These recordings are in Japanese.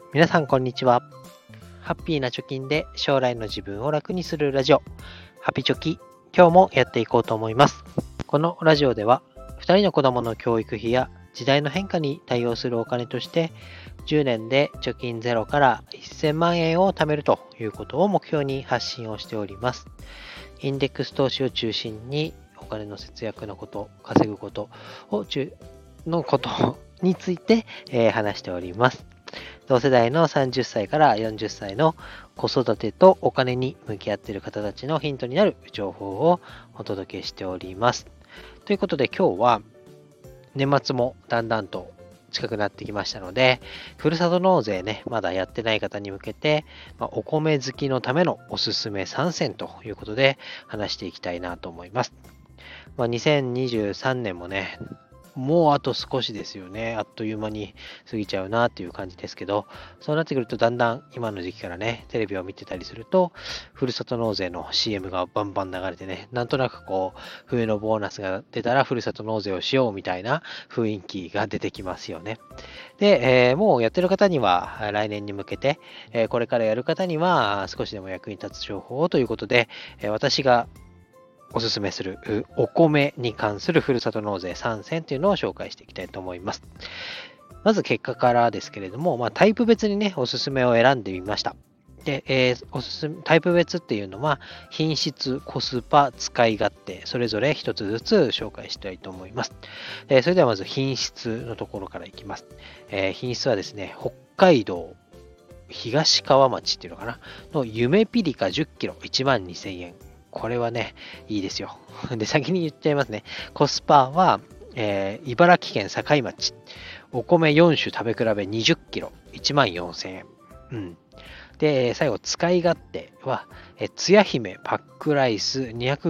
皆さんこんにちは。ハッピーな貯金で将来の自分を楽にするラジオ、ハピチョキ、今日もやっていこうと思います。このラジオでは、2人の子供の教育費や時代の変化に対応するお金として、10年で貯金ゼロから1000万円を貯めるということを目標に発信をしております。インデックス投資を中心にお金の節約のこと、稼ぐことについて、話しております。同世代の30歳から40歳の子育てとお金に向き合っている方たちのヒントになる情報をお届けしております。ということで今日は年末もだんだんと近くなってきましたので、ふるさと納税ね、まだやってない方に向けて、お米好きのためのおすすめ3選ということで話していきたいなと思います。2023年もね、もうあと少しですよね。あっという間に過ぎちゃうなっていう感じですけど、そうなってくるとだんだん今の時期からね、テレビを見てたりすると、ふるさと納税の CM がバンバン流れてね、なんとなく冬のボーナスが出たらふるさと納税をしようみたいな雰囲気が出てきますよね。で、もうやってる方には来年に向けて、これからやる方には少しでも役に立つ情報をということで、私がおすすめするお米に関するふるさと納税3選というのを紹介していきたいと思います。まず結果からですけれども、タイプ別にね、おすすめを選んでみました。で、タイプ別っていうのは、品質、コスパ、使い勝手、それぞれ一つずつ紹介したいと思います。それではまず品質のところからいきます。品質はですね、北海道東川町っていうのかなの夢ピリカ10キロ1万2000円。これはね、いいですよ。で、先に言っちゃいますね。コスパは、茨城県境町。お米4種食べ比べ20キロ1万4000円。うん。で、最後、使い勝手は、つや姫パックライス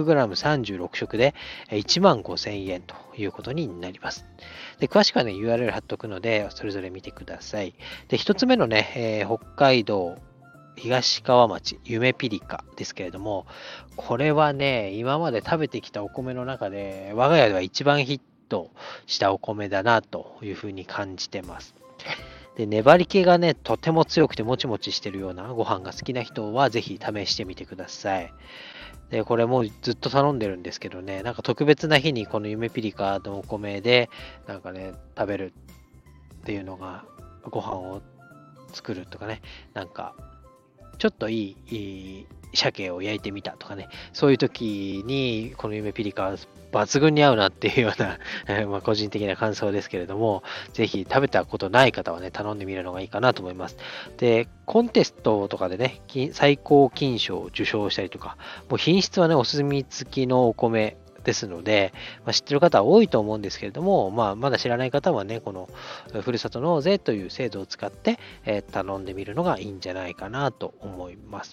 200g36 食で1万5000円ということになります。で、詳しくはね、URL 貼っとくので、それぞれ見てください。で、一つ目のね、北海道東川町夢ピリカですけれども、これはね、今まで食べてきたお米の中で、我が家では一番ヒットしたお米だなというふうに感じてます。で、粘り気がね、とても強くてもちもちしてるようなご飯が好きな人は、ぜひ試してみてください。で、これもうずっと頼んでるんですけどね、なんか特別な日にこの夢ピリカのお米で、なんかね、食べるっていうのが、ご飯を作るとかね、なんか、ちょっといい鮭を焼いてみたとかね、そういう時にこの夢ピリカは抜群に合うなっていうような個人的な感想ですけれども、ぜひ食べたことない方はね、頼んでみるのがいいかなと思います。で、コンテストとかでね、最高金賞を受賞したりとか、もう品質はね、お墨付きのお米ですので、知ってる方は多いと思うんですけれども、まだ知らない方はね、このふるさと納税という制度を使って、頼んでみるのがいいんじゃないかなと思います。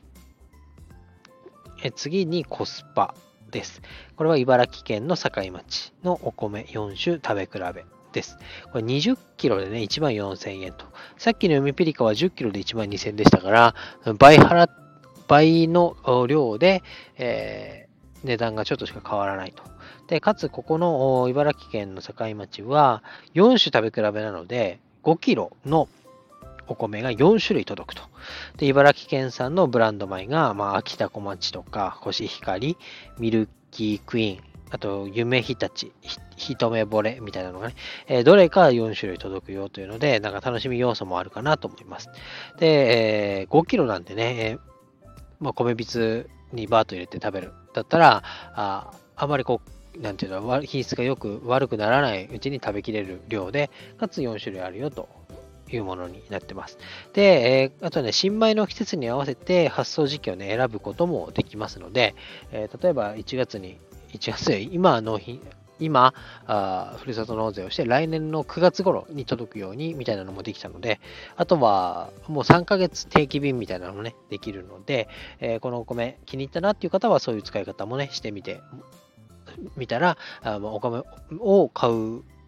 次にコスパです。これは茨城県の境町のお米4種食べ比べです。これ20キロでね、1万4000円と。さっきの読みピリカは10キロで1万2000円でしたから、倍の量で、値段がちょっとしか変わらないと。で、かつここの茨城県の境町は4種食べ比べなので、5キロのお米が4種類届くと。で、茨城県産のブランド米が、秋田小町とか、コシヒカリ、ミルキークイーン、あと、夢日立、一目惚れみたいなのがね、どれか4種類届くよというので、なんか楽しみ要素もあるかなと思います。で、5キロなんでね、米びつにバーッと入れて食べる。だったら、あまりなんていうの、品質が悪くならないうちに食べきれる量で、かつ4種類あるよというものになってます。で、あとね、新米の季節に合わせて発送時期をね、選ぶこともできますので、例えば1月で今ふるさと納税をして、来年の9月頃に届くようにみたいなのもできたので、あとはもう3ヶ月定期便みたいなのもね、できるので、このお米気に入ったなっていう方はそういう使い方もね、してみてみたら、お米を買う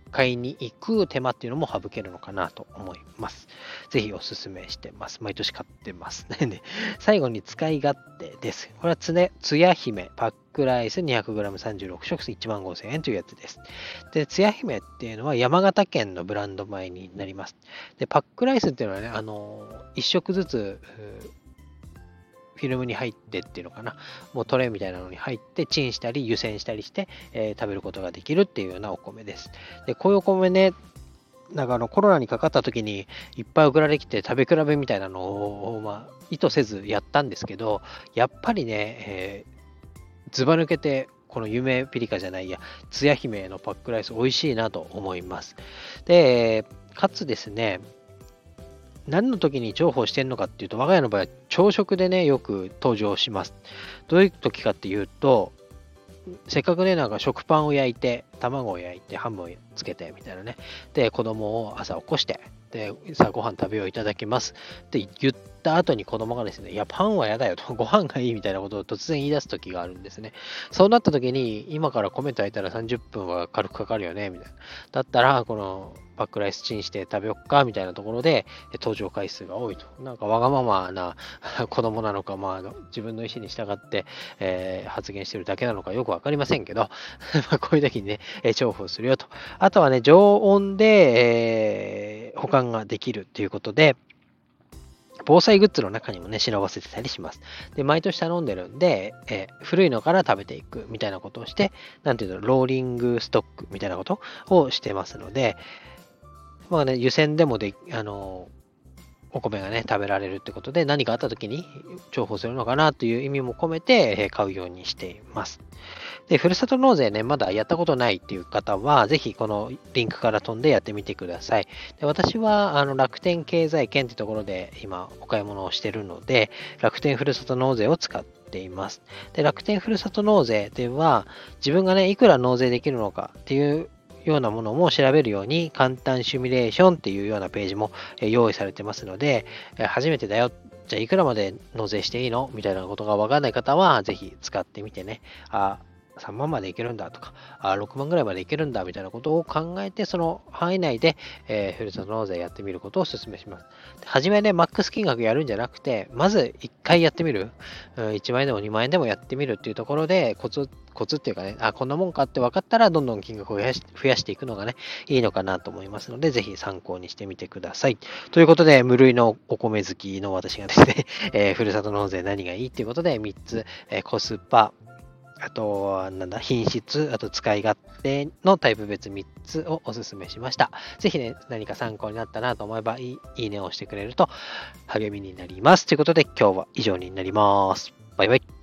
買いに行く手間っていうのも省けるのかなと思います。ぜひおすすめしてます。毎年買ってます。で、最後に使い勝手です。これはつや姫パックライス 200g36 食15,000円というやつです。で、つや姫っていうのは山形県のブランド米になります。で、パックライスっていうのはね、1食ずつフィルムに入ってっていうのかな、もうトレイみたいなのに入ってチンしたり湯煎したりして、食べることができるっていうようなお米です。で、こういうお米ね、なんかコロナにかかった時にいっぱい送られてきて食べ比べみたいなのを、意図せずやったんですけど、やっぱりね、ずば抜けてこの夢ピリカじゃないや、つや姫のパックライス美味しいなと思います。で、かつですね、何の時に重宝してるのかっていうと、我が家の場合は朝食でね、よく登場します。どういう時かっていうと、せっかくね、なんか食パンを焼いて、卵を焼いて、ハムをつけてみたいなね。で、子供を朝起こして、で、さあご飯食べよういただきますって言った後に子供がですね、いや、パンは嫌だよと、ご飯がいいみたいなことを突然言い出す時があるんですね。そうなった時に、今から米炊いたら30分は軽くかかるよね、みたいな。だったら、このパックライスチンして食べよっか、みたいなところで、登場回数が多いと。なんかわがままな子供なのか、自分の意思に従って、発言してるだけなのかよくわかりませんけど、こういう時にね、重宝するよと。あとはね、常温で、保管ができるっていうことで、防災グッズの中にもね、忍ばせてたりします。で、毎年頼んでるんで、古いのから食べていくみたいなことをして、なんていうの、ローリングストックみたいなことをしてますので、湯煎でもお米がね、食べられるってことで、何かあった時に重宝するのかなという意味も込めて、買うようにしています。で、ふるさと納税ね、まだやったことないっていう方は、ぜひこのリンクから飛んでやってみてください。で、私は楽天経済圏ってところで今お買い物をしてるので、楽天ふるさと納税を使っています。で、楽天ふるさと納税では、自分がね、いくら納税できるのかっていうようなものも調べるように、簡単シミュレーションっていうようなページも用意されてますので、初めてだよ。じゃあいくらまで納税していいのみたいなことがわかんない方は、ぜひ使ってみてね。3万までいけるんだとか、6万ぐらいまでいけるんだみたいなことを考えて、その範囲内で、ふるさと納税やってみることをお勧めします。はじめね、マックス金額やるんじゃなくて、まず1回やってみる。1万円でも2万円でもやってみるっていうところで、コツっていうかね、こんなもんかって分かったら、どんどん金額を増やしていくのがね、いいのかなと思いますので、ぜひ参考にしてみてください。ということで、無類のお米好きの私がですね、ふるさと納税何がいいっていうことで、3つ、コスパ、あとは、品質、あと使い勝手のタイプ別3つをお勧めしました。ぜひね、何か参考になったなと思えば、いいねを押してくれると励みになります。ということで、今日は以上になります。バイバイ。